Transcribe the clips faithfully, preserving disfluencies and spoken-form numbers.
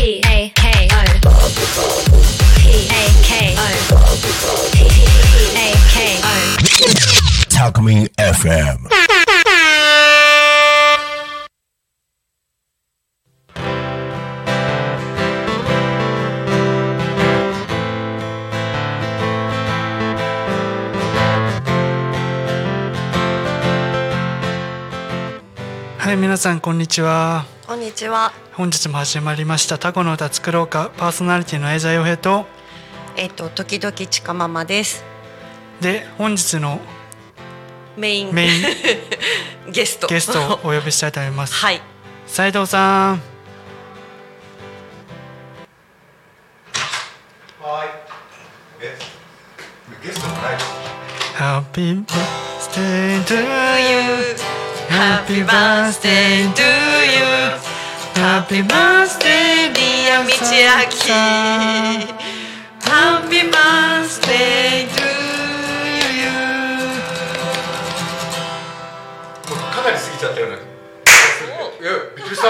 P A K O P A K O P A K O タコミン エフエム。 はい、皆さんこんにちは。 こんにちは。 本日も始まりましたタコの歌作ろうか。パーソナリティの江澤洋平とえっと時々ちかママです。 で、本日のメインメインゲストゲストをお呼びしたいと思います。 はい。 斉藤さん。 はい。え、ゲストじゃないです。 Happy birthday to you Happy birthday to you Happy birthday dear 道明 Happy birthday to you かなり過ぎちゃったような。いや、びっくりした。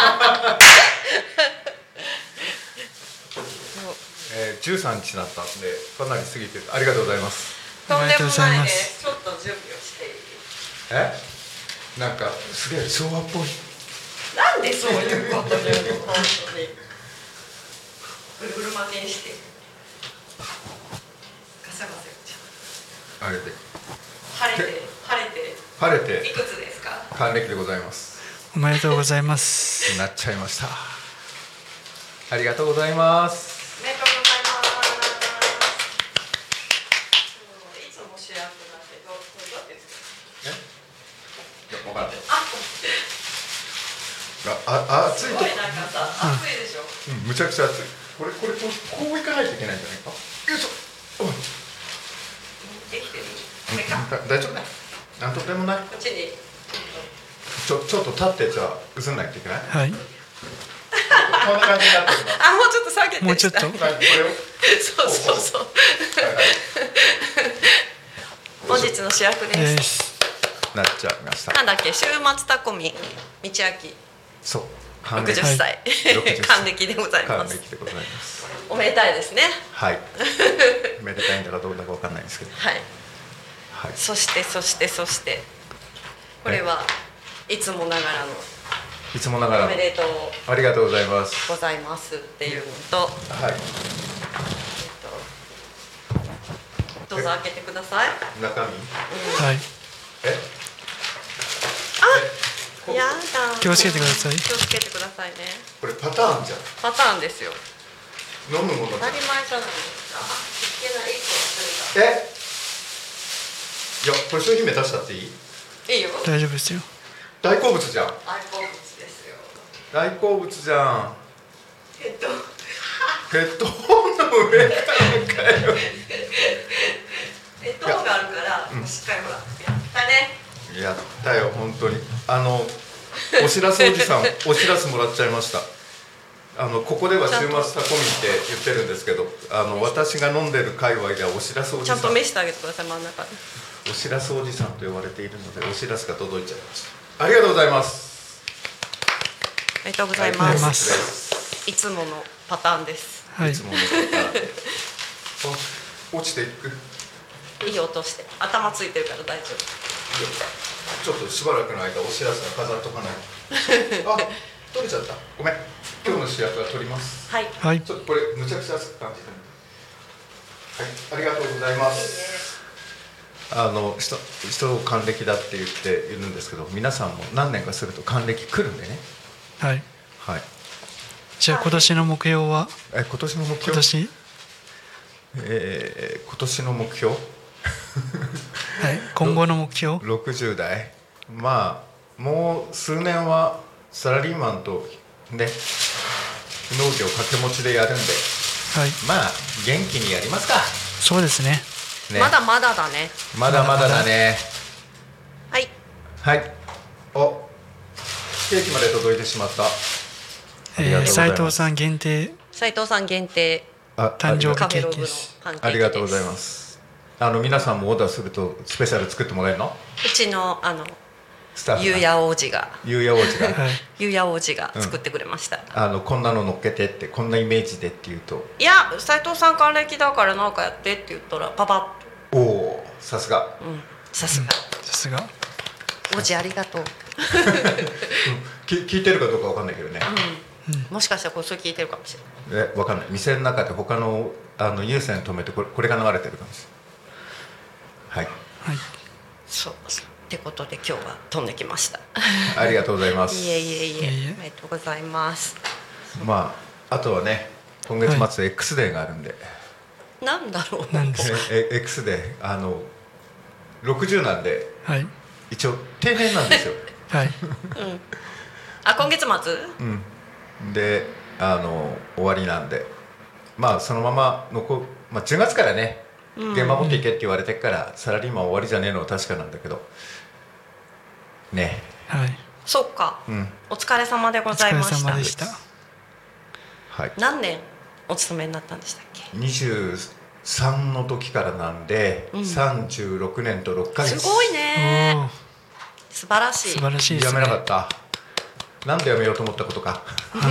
えー、じゅうさんにちだったんでかなり過ぎてありがとうございます。 とんでもないね。 ありがとうございます。 ちょっと準備をしている。 え、なんかすげえ昭和っぽい。 なんでそういうこと言うの本当に。ぐるぐる巻きにしてガサガサやっちゃう。 あれで晴れて晴れて晴れていくつですか？ 還暦でございます。 おめでとうございます。 なっちゃいました。ありがとうございます。 おめでとうございます。いつも主役だけど、これどうやって作る？ え？いや、分からない。 あ、 あ、あ、暑いと。 すごいなんかさ、暑いでしょ。 うん、むちゃくちゃ暑い。これ、これ、こう、こういかないといけないんじゃないか。よいしょ。 できてる。 だ大丈夫だ。なんとでもない。 こっちに。 ちょ、ちょっと立ってじゃあ映んないといけない。 はい。 こんな感じになってきます。 あ、もうちょっと下げて。 もうちょっとこれを。 そうそうそう。本日の主役です。 なっちゃいました。 なんだっけ、週末タコミン道明。 そう。 六十歳。還暦でございます。 還暦でございます。 おめでたいですね。 はい。めでたいんだかどうだかわかんないですけど。 はい。 はい。 そしてそしてそしてこれはいつもながらのいつもながらおめでとうありがとうございます。 ございますっていうのと、 はい。 えっと、どうぞ開けてください。 中身。 はい。 え？ あ、やだ。 気をつけてください。 気をつけてくださいね。 これパターンじゃん。 パターンですよ。 飲むものじゃん。 当たり前じゃないですか。いけない一個忘れえ？いや、これ商品名出したっていい？ た。いいよ。 大丈夫ですよ。 大好物じゃん。 大好物ですよ。 大好物じゃん。 えっと、 ヘッドホンの上からかよ。 ヘッドホンがあるから、しっかりほら、やったね。 やったよ、本当に。あの、おしらすおじさん、おしらすもらっちゃいました。あの、ここでは週末タコミって言ってるんですけど、あの、私が飲んでる界隈ではおしらすおじさん。 ちゃんと召してあげてください、真ん中に。 おしらすおじさんと呼ばれているので、おしらすが届いちゃいました。ありがとうございます。 ありがとうございありがとうございま。 ますす。 いつものパターンです。 はい。 いつもの方で。あ、落ちていく。 いい音して、頭ついてるから大丈夫。 ちょっとしばらくの間お知らせは飾っとかない。あ、取れちゃった。ごめん。今日の主役は取ります。 はい。 はい。 ちょっとこれむちゃくちゃ熱く感じた。はい、ありがとうございます。あの人人を還暦だって言っているんですけど、皆さんも何年かすると還暦来るんでね。 はい。 はい。 じゃあ今年の目標は？ え、今年の目標。 今年？ えー、今年の目標。 はい。今後の目標？ ろくじゅう代。まあもう数年はサラリーマンとね農業掛け持ちでやるんで、 はい。 まあ元気にやりますか。 そうですね。 ね、 まだまだだね。 まだまだだね。 はい。 はい。お、ケーキまで届いてしまった。 えー、斉藤さん限定。 斉藤さん限定。 あ、 誕生カ日ケーキでフェログのす。 パンケーキです。 ありがとうございます。あの皆さんもオーダーするとスペシャル作ってもらえるの？ うちのあのスタッフゆうや王子がゆうや王子がはいゆうや王子が作ってくれました、 あのこんなの乗っけてってこんなイメージでって言うといや斉藤さん還暦だからなんかやってって言ったらパパッおおさすがと、うん、さすが、 さすが王子ありがとう、 き聞いてるかどうかわかんないけどね、 もしかしたらこれそれ聞いてるかもしれない。 えわかんない店の中で他のあの有線止めてこれこれが流れてるかもしれないはいそうってことで今日は飛んできました。 はいありがとうございますいえいえいえいえいえありがとうございます。 まああとはね今月末 X デーがあるんで、 なんだろう。 何ですかええ X デーあのろくじゅうなんではい一応定年なんですよはいあ今月末？ うんであの終わりなんでまあそのまま残、まあ、じゅうがつからね現場持っていけって言われてっからサラリーマン終わりじゃねえのは確かなんだけどねはいそっか、 うんお疲れ様でございました。 お疲れ様でしたはい何年お勤めになったんでしたっけ？ にじゅうさんの時からなんで、 うんさんじゅうろくねんとろっかげつすごいおね。 ー素晴らしい。 素晴らしいでやすねめなかったなんでやめようと思ったことか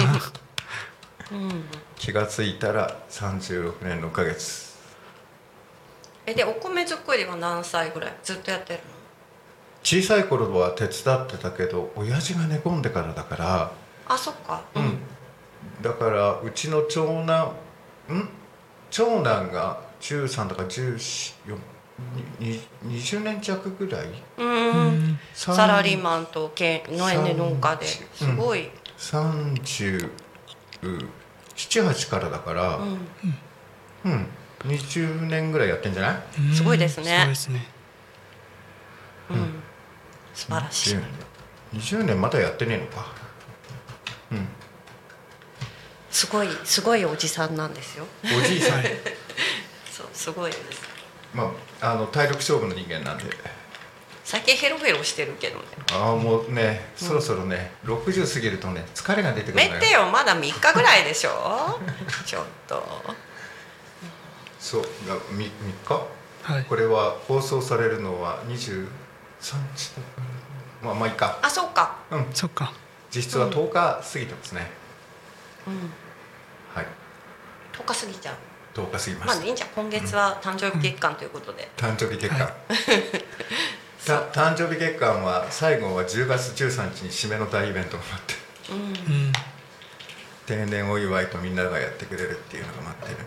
うん、 気がついたらさんじゅうろくねんろっかげつえでお米作りは何歳ぐらいずっとやってるの？ 小さい頃は手伝ってたけど親父が寝込んでからだからあそっか。 うんだからうちの長男ん長男がじゅうさんだからじゅうよんににじゅうねん弱ぐらいうん、 うんサラリーマンとけんのえね農家ですごい、 さんじゅうなな、はちからだからうんうんにじゅうねんぐらいやってんじゃないうんすごいですねすごいですねうん素晴らしい。 にじゅうねんまだやってねえのかうんすごいすごいおじさんなんですよ。 おじいさんそうすごいです。 まああの体力勝負の人間なんで最近ヘロヘロしてるけどね。 ああもうねそろそろね、ろくじゅう過ぎるとね疲れが出てくるのよめってよまだみっかぐらいでしょちょっとそうが 3, みっかはいこれは放送されるのはにじゅうさんにちだからまあまあいいかあそっかうんそっか実質はとおか過ぎてますね、 うんはいとおか過ぎちゃう。 とおか過ぎました、 まあいいんじゃん今月は誕生日月間ということで、 誕生日月間、 はいた誕生日月間は最後はじゅうがつじゅうさんにちに締めの大イベントが待ってうんうん定年お祝いとみんながやってくれるっていうのが待ってる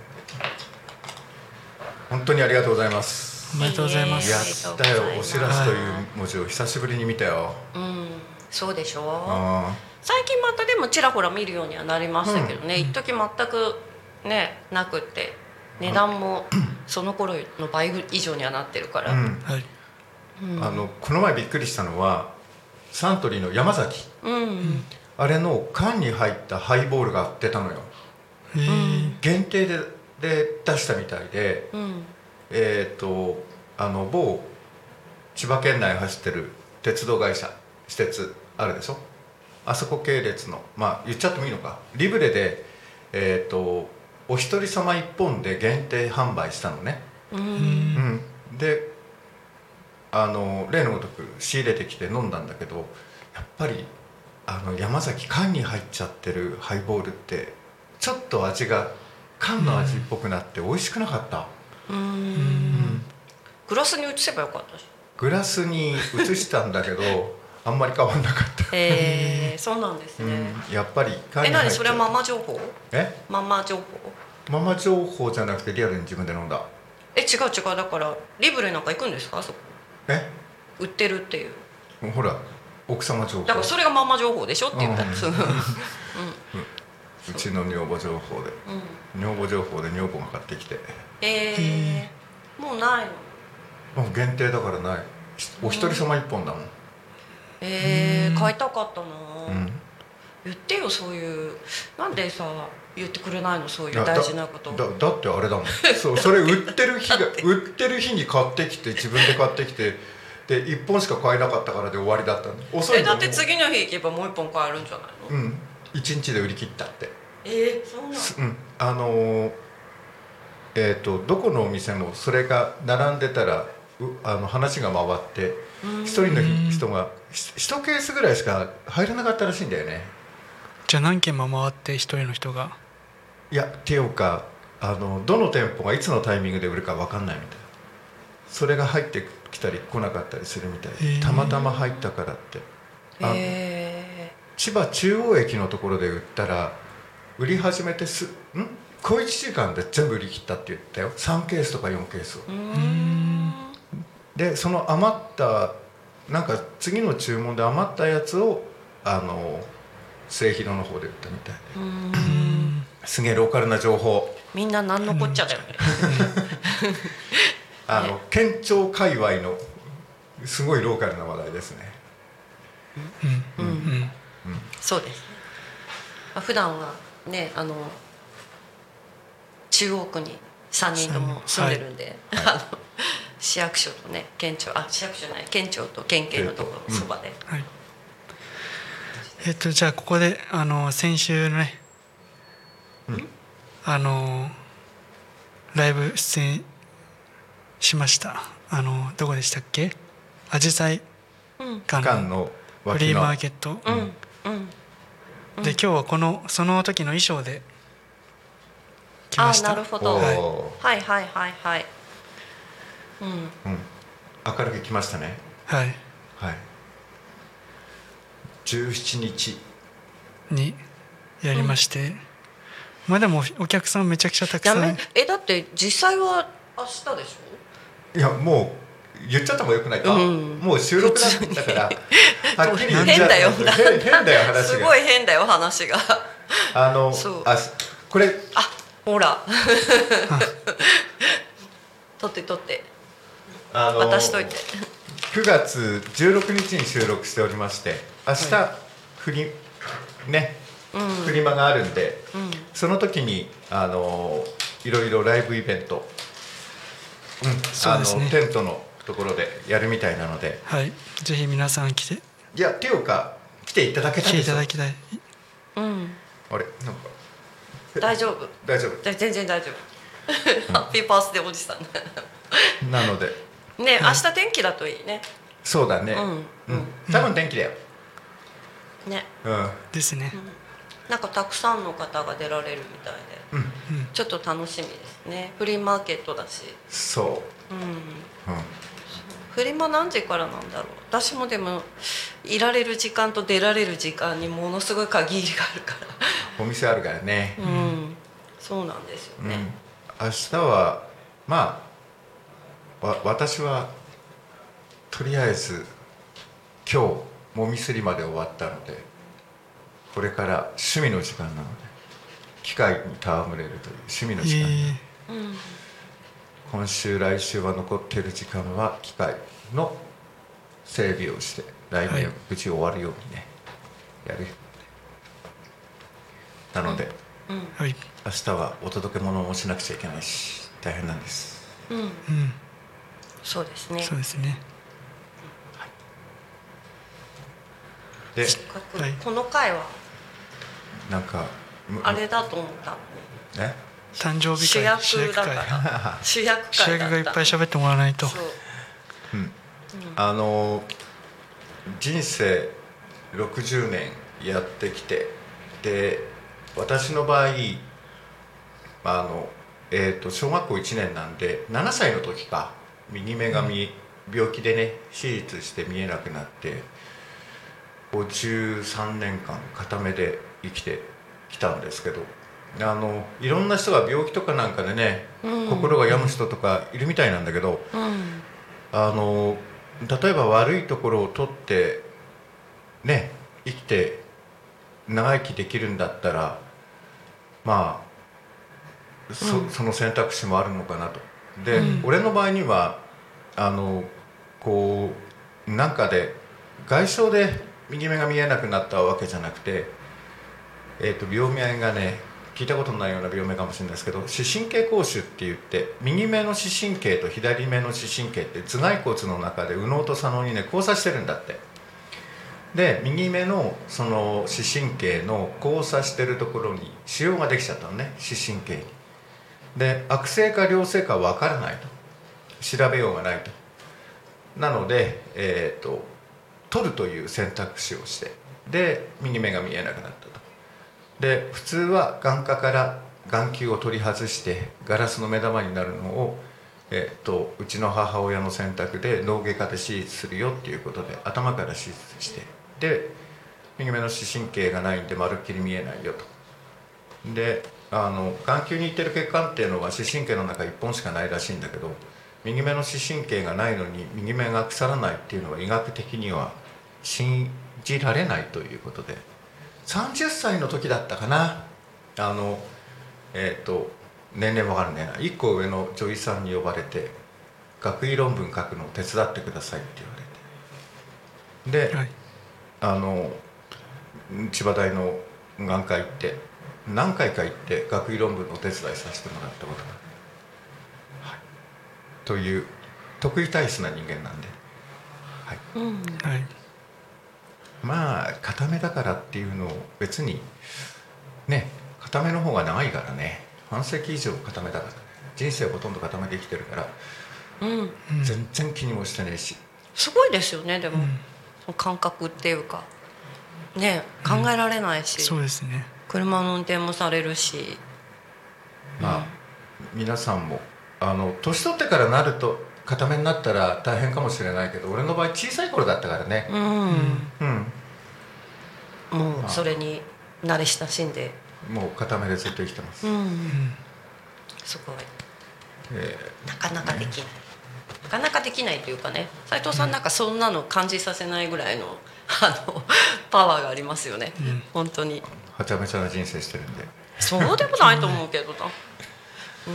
本当にありがとうございますおめでとうございまえすやーったよお知らせという文字を久しぶりに見たようんそうでしょあ最近またでもちらほら見るようにはなりましたけどね、 うん一時全くねなくって値段もその頃の倍以上にはなってるから、 あうんはいうんあのこの前びっくりしたのはサントリーの山崎うんあれの缶に入ったハイボールが出たのよえー限定でで出したみたいでうんえっ、とあの某千葉県内走ってる鉄道会社施設あるでしょあそこ系列のまあ言っちゃってもいいのかリブレでえっ、とお一人様一本で限定販売したのねううんうんんであの例のごとく仕入れてきて飲んだんだけどやっぱりあの山崎缶に入っちゃってるハイボールってちょっと味が缶の味っぽくなって美味しくなかった、 うんうんグラスに移せばよかったし。 グラスに移したんだけどあんまり変わんなかった、 えー、そうなんですね、 うん、やっぱり缶えに入っちゃう何それはママ情報えママ情報ママ情報じゃなくてリアルに自分で飲んだえ違う違うだからリブレなんか行くんですかそこえ売ってるっていうほら奥様情報だからそれがママ情報でしょって言ったんです、うんうちの女房情報でうん、 女房情報で女房が買ってきてえー、もうないのもう限定だからないお一人様一本だもん、 えー、買いたかったな、 うん言ってよそういうなんでさ言ってくれないのそういいうや大事なことだだだってあれだもんそうそれ売ってる日が売ってる日に買ってきて自分で買ってきてでいっぽんしか買えなかったからで終わりだったの遅いのえだって次の日行けばもう一本買えるんじゃないの、 うんいちにちで売り切ったってえー、そうなのすうんあのーえっ、とどこのお店もそれが並んでたら売あの話が回って一人の人が一ケースぐらいしか入らなかったらしいんだよね。 じゃあ何件も回って一人の人が。 いやっていうかあのどの店舗がいつのタイミングで売るか分かんないみたいな。それが入ってきたり来なかったりするみたいで、たまたま入ったからって。あ千葉中央駅のところで売ったら売り始めてすん小いちじかんで全部売り切ったって言ったよ。さんケースとかよんケースを。でその余ったなんか次の注文で余ったやつをあの末広の方で売ったみたいで。すげえローカルな情報。 みんな何のこっちゃだよね。 あの県庁界隈のすごいローカルな話題ですね。 うんうんうん、そうですね。まあ、普段はねあの中央区にさんにんとも住んでるんで、はい、あの市役所とね県庁あ市役所じゃない県庁と県警のところそばで、 はい、えっとじゃあここであの先週のね、うん、あのライブ出演しました。あのどこでしたっけ？あじさい館のフリーマーケット、うんうんうん、で今日はこのその時の衣装で来ました。 あ、なるほど、はい、はいはいはいはい、うん、うん、 明るく来ましたね。 はいはい。じゅうしちにちにやりまして、うん、まあでもお客さんめちゃくちゃたくさん。 やめえだって実際は明日でしょ。いやもう言っちゃった方がよくないか、うん、もう収録なんだからはっきり言っちゃ変だよ変, 変だよ話がすごい変だよ話があのあこれあほら撮って撮ってあの渡しといてくがつじゅうろくにちに収録しておりまして明日、はい、フリね、うん、フリマがあるんで、うん、その時にあのいろいろライブイベント、うん、そうですね、あのテントのところでやるみたいなので、 はい、ぜひ皆さん来て。 いやっていうか来ていただけたでしょ。 来ていただきたい。 うん。 あれなんか大丈夫。 大丈夫。 全然大丈夫。ハッピーバースデーおじさん。なので。 ね、明日天気だといいね。 そうだね。うん。うん。多分天気だよ。 ね。 うん。 ですね。 なんかたくさんの方が出られるみたいで、うん、ちょっと楽しみですね。フリーマーケットだし。 そう。うん。うん。 フリマ何時からなんだろう。私もでもいられる時間と出られる時間にものすごい限りがあるから。 お店あるからね。 うん。そうなんですよね。 うん、明日はまあわ私はとりあえず今日もみすりまで終わったので、これから趣味の時間なので機械に戯れるという趣味の時間。えーうん今週来週は残っている時間は機械の整備をして来年無事終わるようにね、はい、やるなので、うんうん、明日はお届け物もしなくちゃいけないし大変なんです、うんうん、 そうですねそうですね、 はい、でこの回はなんかあれだと思ったね誕生日会主役だから主役会主役がいっぱい喋ってもらわないと。 うん、あの人生ろくじゅうねんやってきてで私の場合あの、えー、と小学校いちねんなんでななさいの時か右目が見、うん、病気でね手術して見えなくなってごじゅうさんねんかん片目で生きてきたんですけど。あのいろんな人が病気とかなんかでね、うん、心が病む人とかいるみたいなんだけど、うん、あの例えば悪いところを取ってね生きて長生きできるんだったらまあ そ,、うん、その選択肢もあるのかなと。で、うん、俺の場合にはあのこうなんかで外傷で右目が見えなくなったわけじゃなくて、えーと、病名がね聞いたことのないような病名かもしれないですけど視神経膠腫って言って右目の視神経と左目の視神経って頭蓋骨の中で右脳と左脳にね交差してるんだって。で右目のその視神経の交差してるところに腫瘍ができちゃったのね視神経に。で悪性か良性か分からないと調べようがないと。 なので、えー、と取るという選択肢をして、で右目が見えなくなったと。で普通は眼科から眼球を取り外してガラスの目玉になるのを、えー、とうちの母親の選択で脳外科で手術するよっていうことで頭から手術して、で右目の視神経がないんでまるっきり見えないよと。であの眼球に行ってる血管っていうのは視神経の中いっぽんしかないらしいんだけど、右目の視神経がないのに右目が腐らないっていうのは医学的には信じられないということで、さんじゅっさいの時だったかな、あのえっ、ー、と年齢わかんねえないっこ上の女医さんに呼ばれて学位論文書くのを手伝ってくださいって言われて、で、はい、あの千葉大の眼科行って何回か行って学位論文のお手伝いさせてもらったことがある、はい、という得意体質な人間なんで、はい、うん、はい、まあ片目だからっていうのを別にね、片目の方が長いからね、半世紀以上片目だから、人生ほとんど片目で生きてるから、うん、全然気にもしてねえし。 すごいですよね、でも、うん、感覚っていうかね、考えられないし、うん、 そうですね、 車の運転もされるし、 まあ、うん、皆さんもあの年取ってからなると片目になったら大変かもしれないけど、俺の場合小さい頃だったからね、うん、 うん、もうそれに慣れ親しんで、 まあ、もう片目でずっと生きてます、うん、 すごい、えー、なかなかできない、ね、なかなかできないというかね、斉藤さんなんかそんなの感じさせないぐらいの、あのパワーがありますよね、うん、本当にはちゃめちゃな人生してるんで。 そうでもないと思うけどな、 うん、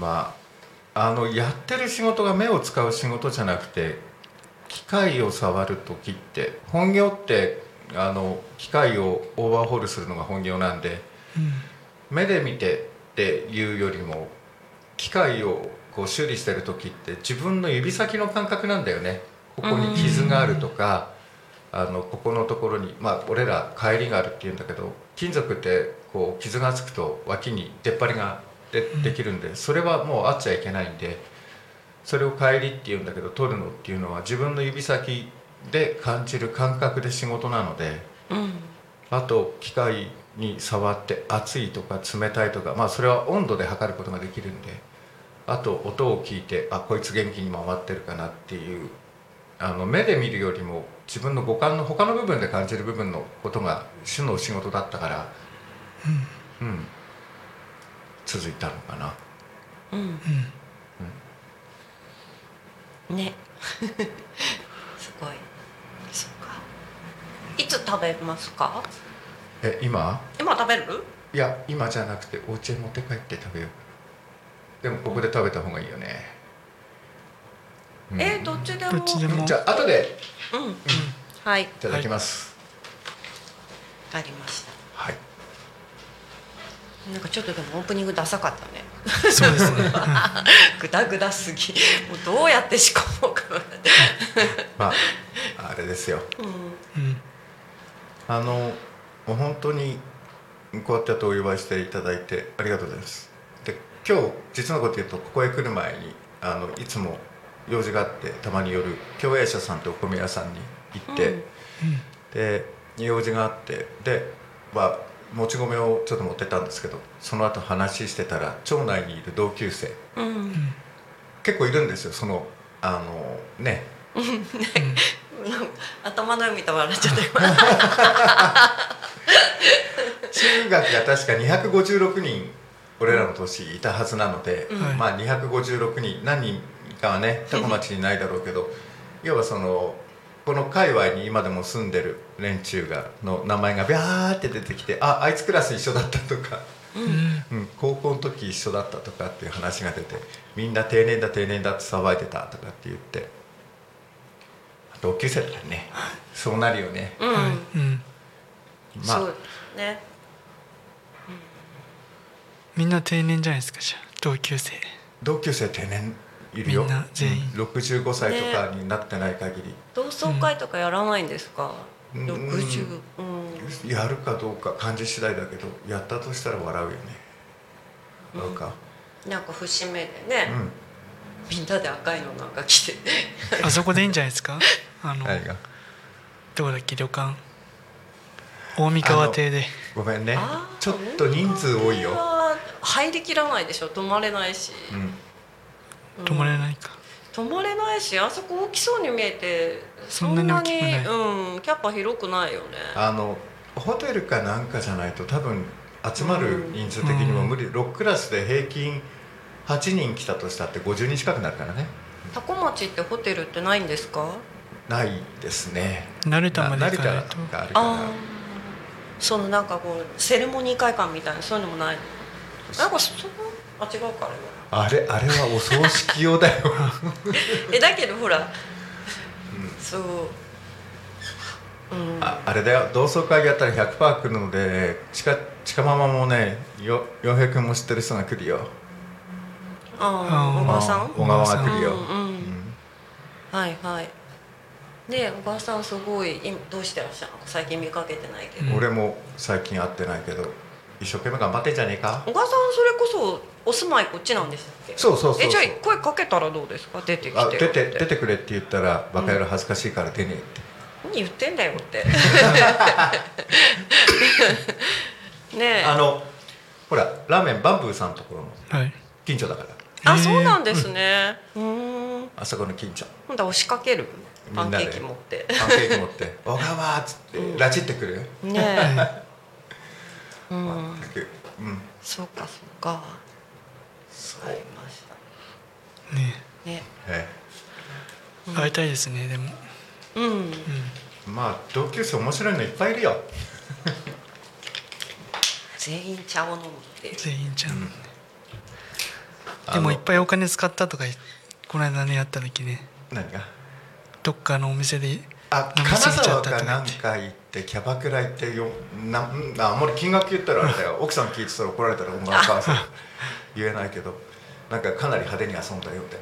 まああのやってる仕事が目を使う仕事じゃなくて、機械を触る時って本業ってあの機械をオーバーホールするのが本業なんで、うん、目で見てっていうよりも機械をこう修理してる時って自分の指先の感覚なんだよね。ここに傷があるとか、あのここのところに、まあ俺ら返りがあるっていうんだけど、金属ってこう傷がつくと脇に出っ張りが で, できるんで、それはもうあっちゃいけないんで、それを返りっていうんだけど、取るのっていうのは自分の指先で感じる感覚で仕事なので、うん、あと機械に触って熱いとか冷たいとか、まあそれは温度で測ることができるんで、あと音を聞いて、あこいつ元気に回ってるかなっていう、あの目で見るよりも自分の五感の他の部分で感じる部分のことが主の仕事だったから、うん、うん、続いたのかな。うん、 うん、ねすごい。そっか。いつ食べますか？ え、今？ 今食べる？ いや、今じゃなくてお家へ持って帰って食べよう。でもここで食べた方がいいよね。 うん、えー、どっちでも。どっちでも。じゃあ後で。 うん、うん、はい。いただきます。 わかりました。 はい。 なんかちょっとでもオープニングダサかったね。 そうですね。 グダグダすぎ。もうどうやって仕込もうかなって。 まああれですよ。うん、あのもう本当にこうやってお祝いしていただいてありがとうございます。で今日実のこと言うとここへ来る前にあのいつも用事があってたまに夜共栄社さんとお米屋さんに行って、うん、で用事があってでまあもち米をちょっと持ってったんですけど、その後話してたら町内にいる同級生、うん、結構いるんですよ。そのあのね頭の海と笑っちゃった中学が確かにひゃくごじゅうろくにん俺らの年いたはずなので、うん、まあにひゃくごじゅうろくにん何人かはね多古町にないだろうけど要はそのこの界隈に今でも住んでる連中がの名前がビャーって出てきて、ああいつクラス一緒だったとか、うんうん、高校の時一緒だったとかっていう話が出て、みんな定年だ定年だって騒いでたとかって言って、同級生だからねそうなるよね。うん、うん、 まあそうね、 みんな定年じゃないですか。じゃあ同級生同級生定年いるよ。みんな全員、うん、ろくじゅうごさいとかになってない限り、ね、 同窓会とかやらないんですか？うん、ろくじゅう、 うん、やるかどうか感じ次第だけど、やったとしたら笑うよね。なんかなんか節目でね、 みんなで赤いのなんか着てあそこでいいんじゃないですか。あの何がどこだっけ、旅館大三川邸で。 ごめんねあーちょっと人数多いよ、 入りきらないでしょ、泊まれないし、 うん、 泊まれないか。 泊まれないし、あそこ大きそうに見えてそんなにそんなに大きくないうん、キャパ広くないよね。 あのホテルかなんかじゃないと多分集まる人数的にも無理、ろくクラスで平均はちにん来たとしたってごじゅうにん近くなるからね。 多古町ってホテルってないんですか？ ないですね。 成田まで行かないなと。 成田があるかああ、そのなんかこうセレモニー会館みたいなそういうのもないの？なんかそのあ違うかあれはらあれあれはお葬式用だよえだけどほら、うん、そう、うん、 あ, あれだよ、同窓会やったら ひゃくパーセント 来るので、ちかちかママもね、よ洋平君も知ってる人が来るよ。 ああ、小川さん、 小川が来るよ、 うんうんうん、はいはい。で小川さんすごい今どうしてらっしゃるの？最近見かけてないけど、 うん、俺も最近会ってないけど一生懸命頑張ってんじゃねえか。 小川さんそれこそお住まいこっちなんでしたっけ？ そうそうそうそう。 えじゃあ声かけたらどうですか？出てきてよって。 あ出て出てくれって言ったらバカ野郎恥ずかしいから出ねえって、 何言ってんだよってねえ、 あのほらラーメンバンブーさんのところのはい。 近所だからあ、そうなんですね。うーん。 あそこの近所今度は押しかけるパンケみんなでーキ持ってパンケーキ持って「小川」っつって拉致ってくるよ、 ねえうんうんそうかそうか。 そうありましたねね。 え会いたいですね、でも。 うん。 えまあ同級生面白いのいっぱいいるよ。 全員茶を飲むっていう。 全員ちゃん、 うんでもいっぱいお金使ったとかこの間ねやった時ね、 何がどっかのお店で飲あみ金過ぎちゃ沢ったとか言ってか何か行ってキャバクラ行ってよなあんまり金額言ったらあれだよ奥さん聞いてたら怒られたらお前母さん言えないけどなんかかなり派手に遊んだようで。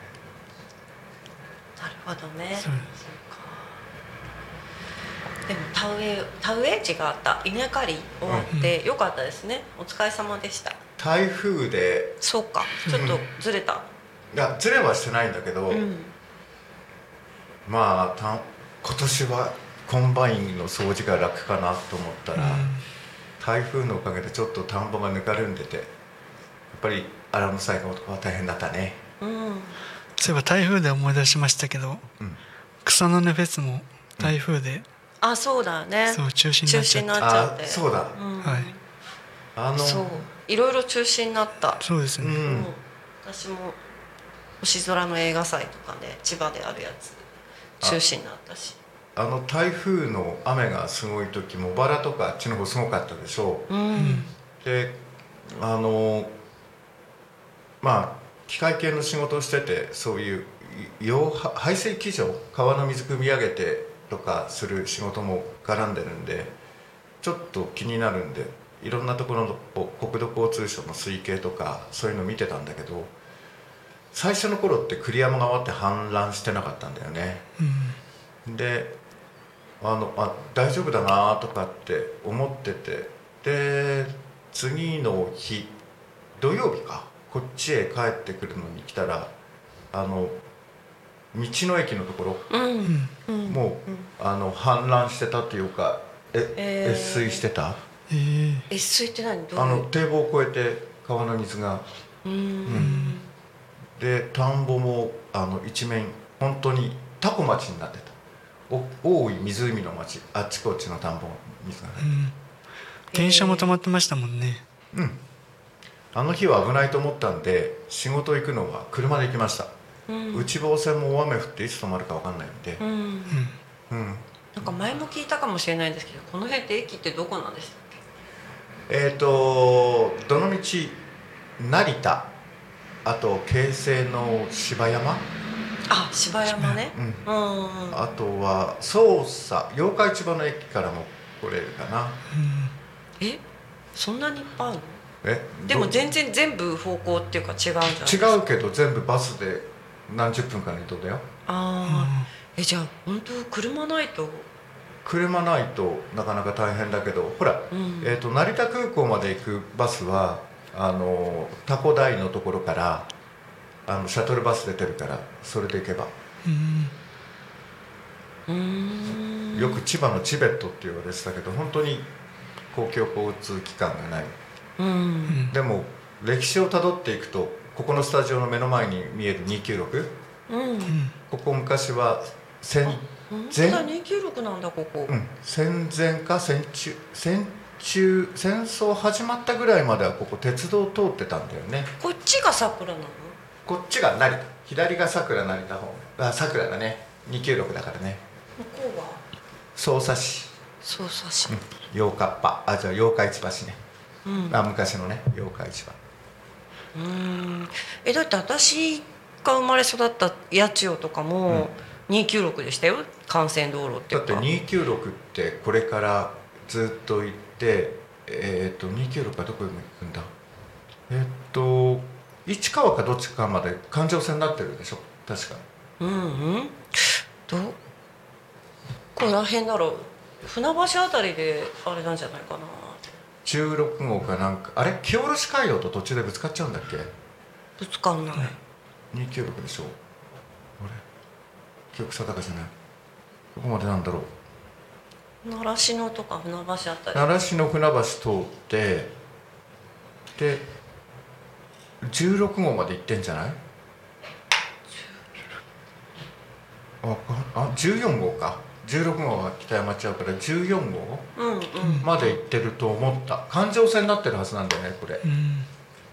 なるほどね。 そうでも田植え田植え違った稲刈り終わってよかったですね、お疲れ様でした。 台風でそうか、ちょっとずれた、 いやずれはしてないんだけど、 うん、 まあた今年はコンバインの掃除が楽かなと思ったら、 うん台風のおかげでちょっと田んぼがぬかるんでてやっぱり荒の最後は大変だったね。 うん、 そういえば台風で思い出しましたけど、 うん、 草の根フェスも台風で、 あ、そうだね、 そう中止になっちゃって、 中止になっちゃって、 あそうだ、 うん、 はい、 あのそういろいろ中止になった。 そうですね、 うんうん私も星空の映画祭とかね千葉であるやつ中止になったし、 あの台風の雨がすごい時茂原とかあっちの方すごかったでしょう、 うん、 であのまあ機械系の仕事をしててそういう養排水機場川の水汲み上げてとかする仕事も絡んでるんでちょっと気になるんでいろんなところの国土交通省の水系とかそういうの見てたんだけど最初の頃って栗山川って氾濫してなかったんだよね。であのあ大丈夫だなとかって思っててで次の日土曜日かこっちへ帰ってくるのに来たらあの道の駅のところ、 うんうん、 もう、うん、あの氾濫してたっていうかえ、えー、越水してた、 えー、 越水って何どういうあの堤防を越えて川の水がうん、うん、 で田んぼもあの一面本当にタコ町になってた多い湖の町あっちこっちの田んぼの水がね、うん、 電車も止まってましたもんね。 うんあの日は危ないと思ったんで仕事行くのは車で行きました、うん、内房線も大雨降っていつ止まるか分かんないんで、うんうんうん、なんか前も聞いたかもしれないんですけどこの辺って駅ってどこなんでしたっけ？えっ、ー、とどの道成田あと京成の柴山あ柴山ね、 うん、うん、あとは匝瑳八日市場の駅からも来れるかな、 うん、えそんなにいっぱいあるの？ えでも全然全部方向っていうか違うんじゃないですか？ 違うけど全部バスで何十分かの移動だよ。 ああ、うん、えじゃあ本当車ないと車ないとなかなか大変だけどほら、うん、えーと成田空港まで行くバスはあの多古台のところからあのシャトルバス出てるからそれで行けば、 うーんよく千葉のチベットって言われてたけど本当に公共交通機関がない、 うん、 でも歴史をたどっていくとここのスタジオの目の前に見えるにひゃくきゅうじゅうろく、 うん、 ここ昔は戦前にひゃくきゅうじゅうろくなんだここ、 うん、戦前か戦中戦中戦争始まったぐらいまではここ鉄道通ってたんだよね。 こっちが桜なの？ こっちが成田、左が桜成田方面、あ桜だね、にひゃくきゅうじゅうろくだからね。 向こうは匝瑳市、 匝瑳市、 うん、八日っぱ、あじゃあ八日市橋ね、うん、あ昔のね八日市場。 うーんえだって私が生まれ育った八千代とかもにひゃくきゅうじゅうろくでしたよ、幹線道路っていうか。 だってにひゃくきゅうじゅうろくってこれからずっと行ってえっ、ー、とにひゃくきゅうじゅうろくはどこに行くんだ、えっ、ー、と市川かどっちかまで環状線になってるでしょ確か。 うんうんどこら辺だろう、船橋あたりであれなんじゃないかな。 じゅうろくごうかなんか、あれ清卸街道と途中でぶつかっちゃうんだっけ。 ぶつかんない、 にひゃくきゅうじゅうろくでしょ。あれ記憶定かじゃない、どこまでなんだろう。 習志野とか船橋あたり、 習志野船橋通ってでじゅうろくごうまで行ってんじゃない。ああじゅうよんごうか、じゅうろくごうが北山町からじゅうよんごう、うんうん、まで行ってると思った。環状線になってるはずなんだよねこれ、うんうん、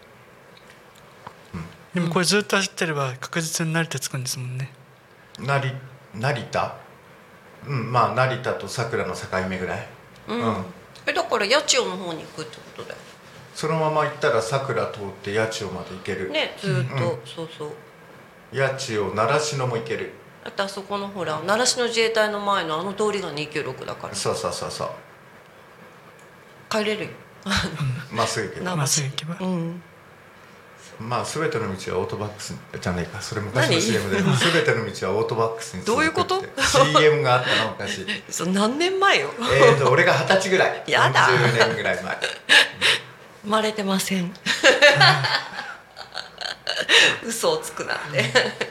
でもこれずっと走ってれば確実に成田着くんですもんね。 成成田、うんまあ成田と桜の境目ぐらい、 うんうん、えだから八千代の方に行くってことだよ。 そのまま行ったら桜通って八千代まで行けるねずっと、うん、そうそう八千代習志野も行ける。 あとあそこのほら習志野自衛隊の前のあの通りがにひゃくきゅうじゅうろくだから。 そうそうそうそう帰れるよまっすぐ行けばまっすぐ行けば、うん、 まあ全ての道はオートバックスじゃねえか、それ昔の シーエム で全ての道はオートバックスに続くってどういうこと シーエム があったの昔そ何年前よえーと俺が二十歳ぐらいやだよんじゅうねんぐらい前生まれてません嘘をつくなんて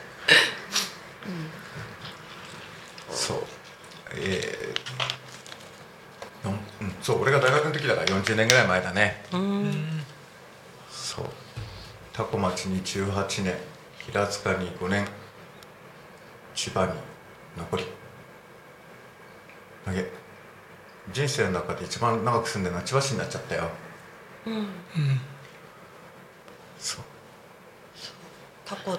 そうえーうん、そう俺が大学の時だからよんじゅうねんぐらい前だね。うんそう多古町にじゅうはちねん、平塚にごねん、千葉に残り投げ人生の中で一番長く住んでるのは千葉市になっちゃったよ。うん、うん、そうタコの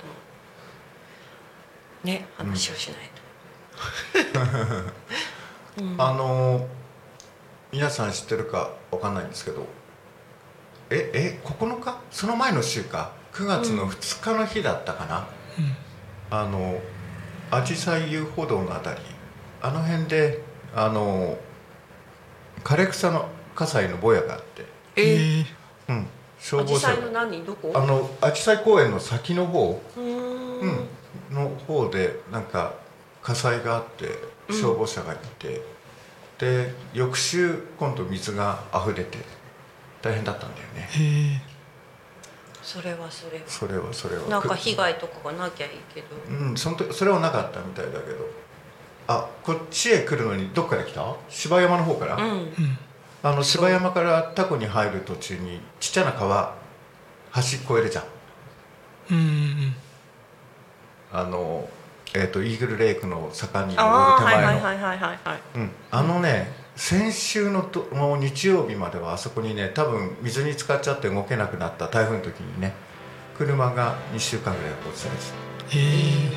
ね話をしないと、 うんうん、あの皆さん知ってるかわかんないんですけどええここのかその前の週かくがつのふつかの日だったかな、うん、あのあじさい遊歩道のあたりあの辺であの枯れ草の火災のぼやがあってえー、 うん、消防車あじさいの何どこあのあじさい公園の先の方うーん、うん、の方でなんか火災があって消防車が行って、うん、で翌週今度水が溢れて大変だったんだよね。へえ。 それはそれはそれはそれはなんか被害とかがなきゃいいけどうんその時それはなかったみたいだけどあこっちへ来るのにどっから来た芝山の方から、うん、あの芝山からタコに入る途中にちっちゃな川橋越えるじゃん、うんうんうん、あのえーとイーグルレイクの坂に登る手前のあのね先週のともう日曜日まではあそこにね多分水に浸かっちゃって動けなくなった台風の時にね車がにしゅうかんぐらい落ちたんです。へえ、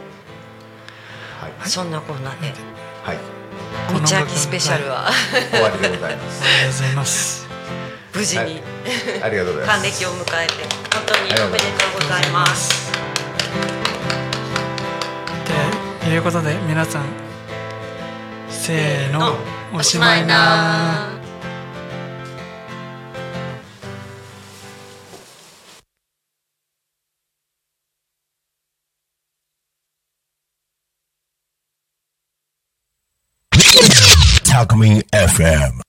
はい、そんなこんなではい道明スペシャルは終わりでございますありがとうございます無事に、はい、 ありがとうございます還暦を迎えて本当におめでとうございますということで皆さんせーのおしまいな。 タコミン エフエム